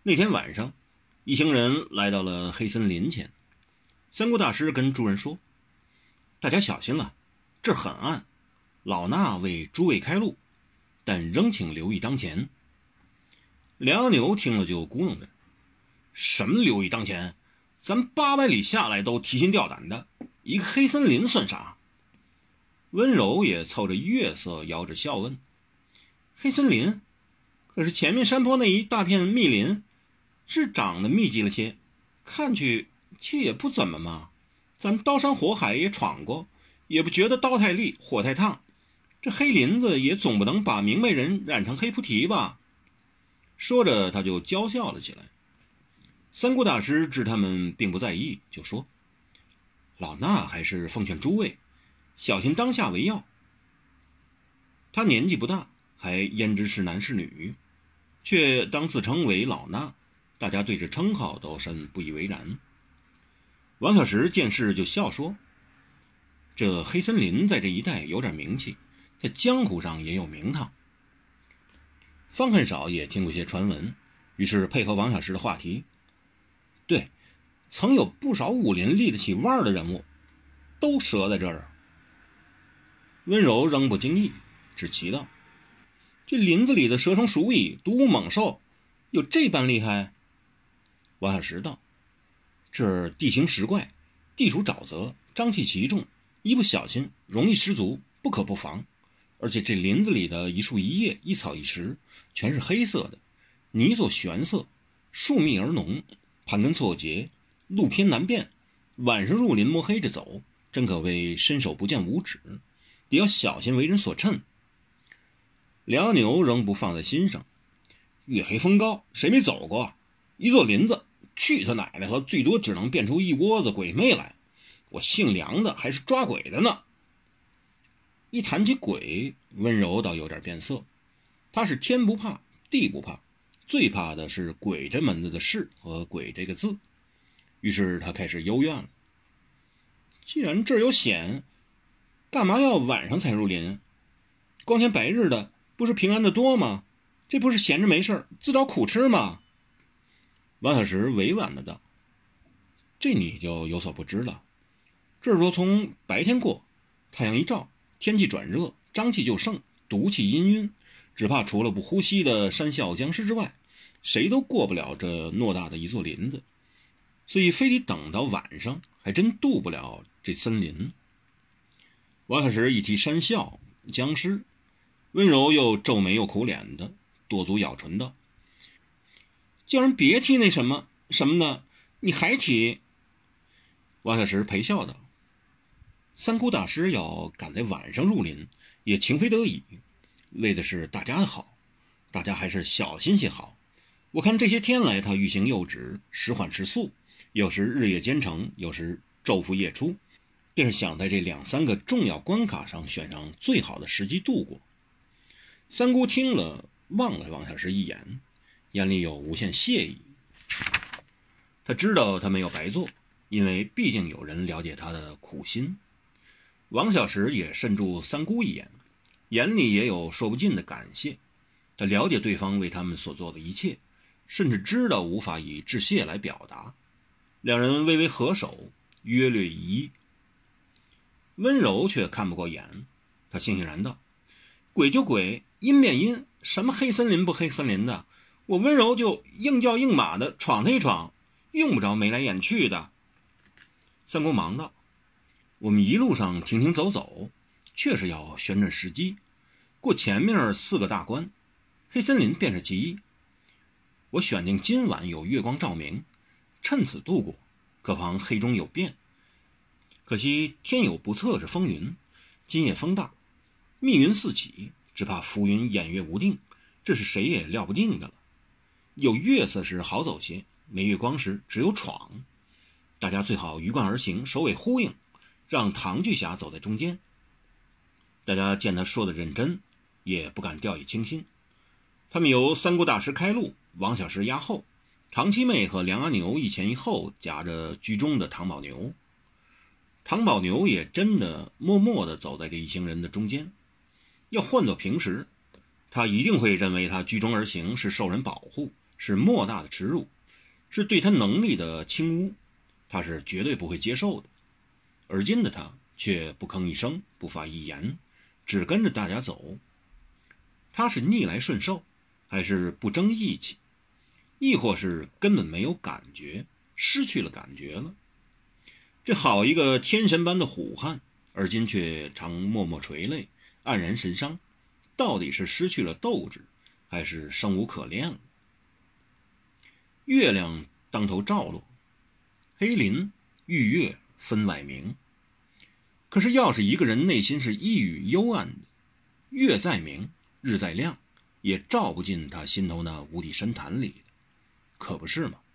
那天晚上，一行人来到了黑森林前。三姑大师跟诸人说：“大家小心了，这儿很暗，老衲为诸位开路，但仍请留意当前。”梁阿牛听了就咕哝着：“什么留意当前？咱800里下来都提心吊胆的，一个黑森林算啥？”温柔也凑着月色摇着笑问：“黑森林？可是前面山坡那一大片密林，是长得密集了些，看去其也不怎么嘛。咱刀山火海也闯过，也不觉得刀太利，火太烫。这黑林子也总不能把明白人染成黑菩提吧？”说着他就娇笑了起来。三姑大师知他们并不在意，就说：“老衲还是奉劝诸位小心当下为要。”他年纪不大，还焉知是男是女，却当自称为老衲，大家对这称号都甚不以为然。王小石见势就笑说：“这黑森林在这一带有点名气，在江湖上也有名堂。”方恨少也听过些传闻，于是配合王小石的话题：“对，曾有不少武林立得起腕的人物，都折在这儿。”温柔仍不经意，只奇道：“这林子里的蛇虫鼠蚁、毒物猛兽，有这般厉害？”王小石道：“这儿地形石怪，地处沼泽，瘴气奇重，一不小心容易失足，不可不防。而且这林子里的一树一叶、一草一石，全是黑色的，泥作玄色，树密而浓，盘根错节，路偏难辨。晚上入林摸黑着走，真可谓伸手不见五指，得要小心为人所趁。”辽牛仍不放在心上：“月黑风高，谁没走过？一座林子，去他奶奶和最多只能变出一窝子鬼魅来。我姓梁的还是抓鬼的呢。”一谈起鬼，温柔倒有点变色。他是天不怕地不怕，最怕的是鬼这门子的事和鬼这个字。于是他开始幽怨了：“既然这儿有险，干嘛要晚上才入林？光天白日的，不是平安的多吗？这不是闲着没事自找苦吃吗？”王小石委婉的道：“这你就有所不知了。这若从白天过，太阳一照，天气转热，瘴气就盛，毒气氤氲，只怕除了不呼吸的山笑僵尸之外，谁都过不了这偌大的一座林子。所以非得等到晚上，还真渡不了这森林。”王小石一提山笑僵尸，温柔又皱眉又苦脸的，跺足咬唇道：“叫人别提那什么呢，你还提。”王小石陪笑道：“三姑大师要赶在晚上入林，也情非得已，为的是大家的好，大家还是小心些好。我看这些天来，他欲行又止，时缓时速，有时日夜兼程，有时昼伏夜出，便是想在这2、3个重要关卡上选上最好的时机度过。”三姑听了，望了王小石一眼，眼里有无限谢意。他知道他没有白做，因为毕竟有人了解他的苦心。王小石也慎注三姑一眼，眼里也有说不尽的感谢。他了解对方为他们所做的一切，甚至知道无法以致谢来表达。两人微微合手，约略一揖。温柔却看不过眼，他悻悻然道：“鬼就鬼，阴变阴，什么黑森林不黑森林的，我温柔就硬叫硬马的闯他一闯，用不着眉来眼去的。”三姑忙道：“我们一路上停停走走，确实要旋转时机，过前面4个大关，黑森林便是其一。我选定今晚有月光照明，趁此度过，可防黑中有变。可惜天有不测之风云，今夜风大，密云四起，只怕浮云掩月无定，这是谁也料不定的了。有月色时好走些，没月光时只有闯。大家最好鱼贯而行，首尾呼应，让唐巨侠走在中间。”大家见他说的认真，也不敢掉以轻心。他们由三姑大师开路，王小石压后，唐七妹和梁阿牛一前一后夹着居中的唐宝牛。唐宝牛也真的默默地走在这一行人的中间。要换作平时，他一定会认为他居中而行是受人保护， 是莫大的耻辱，是对他能力的轻污，他是绝对不会接受的。而今的他却不吭一声，不发一言，只跟着大家走。他是逆来顺受，还是不争义气，亦或是根本没有感觉，失去了感觉了？这好一个天神般的虎汉，而今却常默默垂泪，黯然神伤，到底是失去了斗志，还是生无可恋了？月亮当头照落，黑林玉月分外明。可是要是一个人内心是抑郁幽暗的，月再明，日再亮，也照不进他心头那无底深潭里的，可不是吗？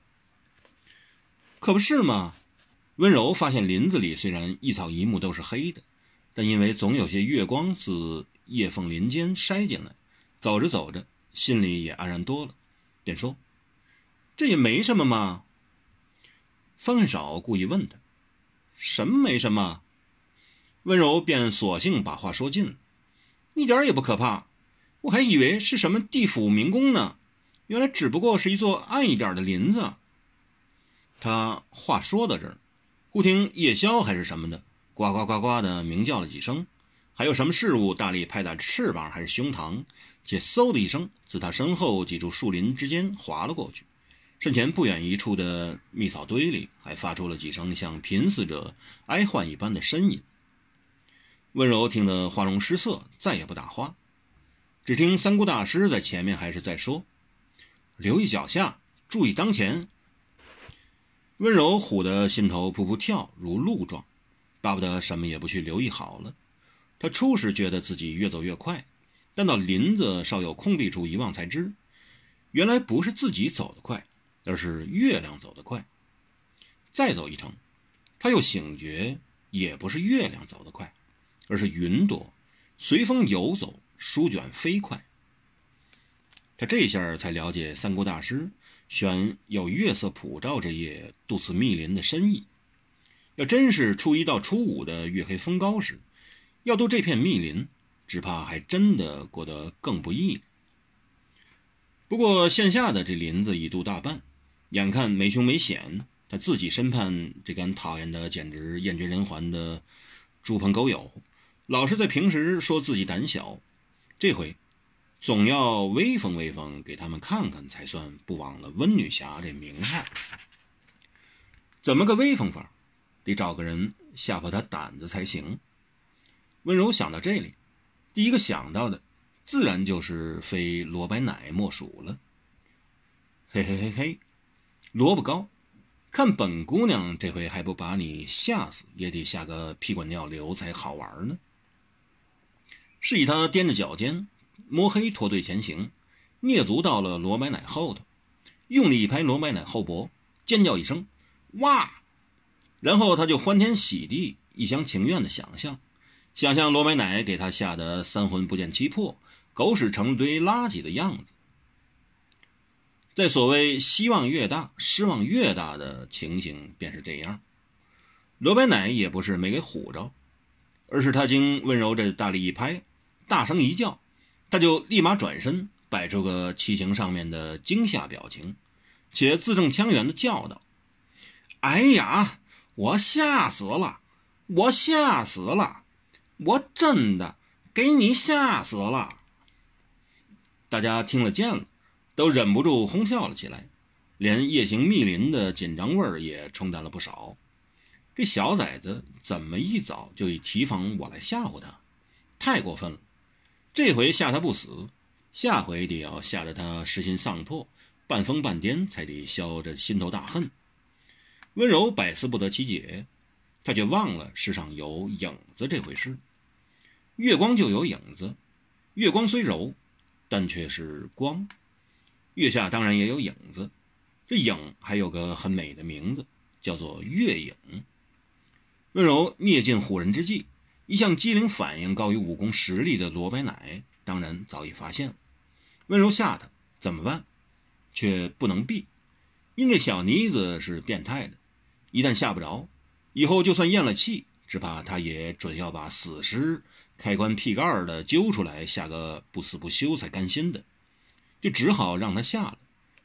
可不是吗？温柔发现林子里虽然一草一木都是黑的，但因为总有些月光自叶缝林间筛进来，走着走着心里也安然多了，便说：这也没什么嘛。方恨少故意问他：什么没什么？温柔便索性把话说尽了：一点也不可怕，我还以为是什么地府迷宫呢，原来只不过是一座暗一点的林子。他话说到这儿，忽听夜宵还是什么的呱呱呱呱的鸣叫了几声，还有什么事物大力拍打着翅膀还是胸膛，且嗖的一声自他身后几处树林之间滑了过去，身前不远一处的蜜草堆里还发出了几声像濒死者哀唤一般的呻吟。温柔听得花容失色，再也不打话，只听三姑大师在前面还是在说：留意脚下，注意当前。温柔唬得心头扑扑跳，如鹿撞，巴不得什么也不去留意好了。他初时觉得自己越走越快，但到林子稍有空地处一望才知，原来不是自己走得快，而是月亮走得快。再走一程，他又醒觉，也不是月亮走得快，而是云朵随风游走，舒卷飞快。他这下才了解三姑大师选有月色普照之夜度此密林的深意。要真是初一到初五的月黑风高时，要渡这片密林，只怕还真的过得更不易。不过现下的这林子已渡大半，眼看没凶没险，他自己身畔这干讨厌的简直厌绝人寰的猪朋狗友，老是在平时说自己胆小，这回总要威风威风给他们看看，才算不枉了温女侠这名号。怎么个威风法？得找个人吓破他胆子才行。温柔想到这里，第一个想到的自然就是非罗白奶莫属了。嘿嘿嘿嘿，萝卜糕，看本姑娘这回还不把你吓死，也得吓个屁滚尿流才好玩呢。示意他踮着脚尖，摸黑脱队前行，蹑足到了罗白奶后头，用力一拍罗白奶后脖，尖叫一声哇！然后他就欢天喜地一厢情愿的想象罗白奶给他吓得三魂不见七魄，狗屎成堆垃圾的样子。在所谓希望越大失望越大的情形便是这样。罗白奶也不是没给唬着，而是他经温柔这大力一拍，大声一叫，他就立马转身摆出个七情上面的惊吓表情，且字正腔圆的叫道：哎呀，我吓死了，我吓死了，我真的给你吓死了。大家听了见了，都忍不住哄笑了起来，连夜行密林的紧张味儿也冲淡了不少。这小崽子怎么一早就以提防我来吓唬他，太过分了。这回吓他不死，下回得要吓得他失心丧魄，半疯半癫，才得消着心头大恨。温柔百思不得其解，他却忘了世上有影子这回事。月光就有影子，月光虽柔，但却是光。月下当然也有影子，这影还有个很美的名字，叫做月影。温柔灭尽唬人之计，一向机灵反应高于武功实力的罗白奶当然早已发现了。温柔吓他怎么办？却不能避，因这小妮子是变态的，一旦吓不着，以后就算咽了气，只怕他也准要把死尸开棺辟盖的揪出来，吓个不死不休才甘心的。就只好让他下了，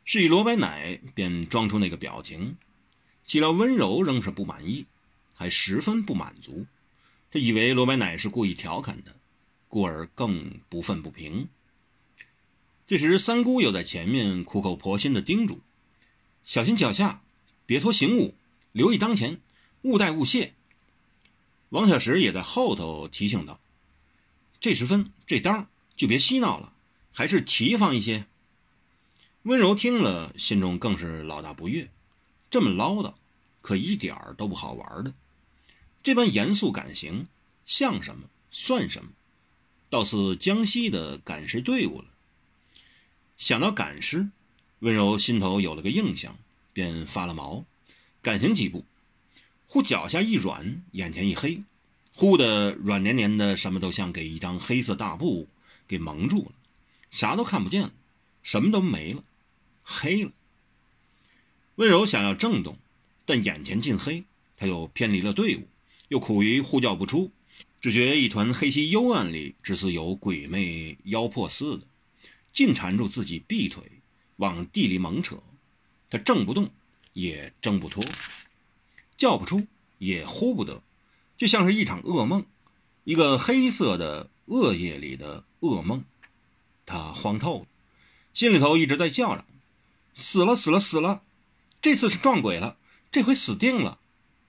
示意罗白奶便装出那个表情，岂料温柔仍是不满意，还十分不满足。他以为罗白奶是故意调侃他，故而更不愤不平。这时三姑又在前面苦口婆心地叮嘱：小心脚下，别脱行物，留意当前，勿带勿懈。王小石也在后头提醒道：这时分这当就别嬉闹了，还是提防一些。温柔听了，心中更是老大不悦，这么唠叨，可一点儿都不好玩的。这般严肃感行，像什么算什么，倒似江西的赶尸队伍了。想到赶尸，温柔心头有了个印象，便发了毛，赶行几步，忽脚下一软，眼前一黑，忽的软黏黏的，什么都像给一张黑色大布给蒙住了，啥都看不见了，什么都没了，黑了。温柔想要正动，但眼前尽黑，他又偏离了队伍，又苦于呼叫不出，只觉一团黑漆幽暗里，只似有鬼魅妖魄似的，尽缠住自己臂腿，往地里猛扯。他挣不动，也挣不脱，叫不出，也呼不得，就像是一场噩梦，一个黑色的恶夜里的噩梦。他慌透了，心里头一直在叫嚷：死了死了死了，这次是撞鬼了，这回死定了。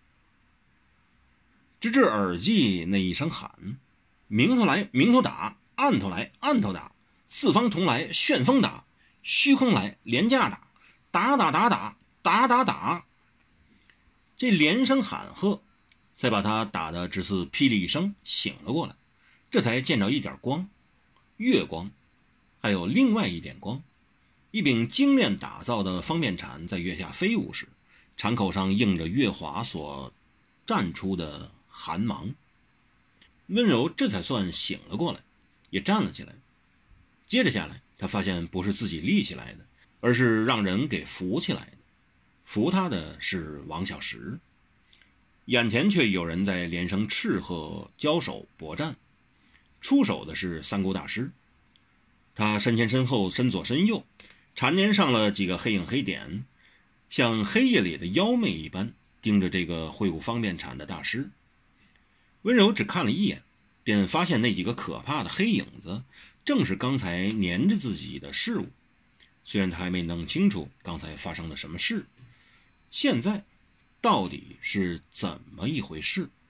直至耳际那一声喊：明头来明头打，暗头来暗头打，四方同来旋风打，虚空来廉价打，打打打打打打打。这连声喊喝，才把他打得只似霹雳一声醒了过来，这才见着一点光，月光，还有另外一点光。一柄精炼打造的方便铲在月下飞舞时，铲口上映着月华所绽出的寒芒。温柔这才算醒了过来，也站了起来。接着下来，他发现不是自己立起来的，而是让人给扶起来的。扶他的是王小石，眼前却有人在连声斥喝交手搏战。出手的是三姑大师，他身前身后身左身右，缠连上了几个黑影黑点，像黑夜里的妖魅一般盯着这个挥舞方便铲的大师。温柔只看了一眼，便发现那几个可怕的黑影子正是刚才粘着自己的事物。虽然他还没弄清楚刚才发生了什么事，现在到底是怎么一回事。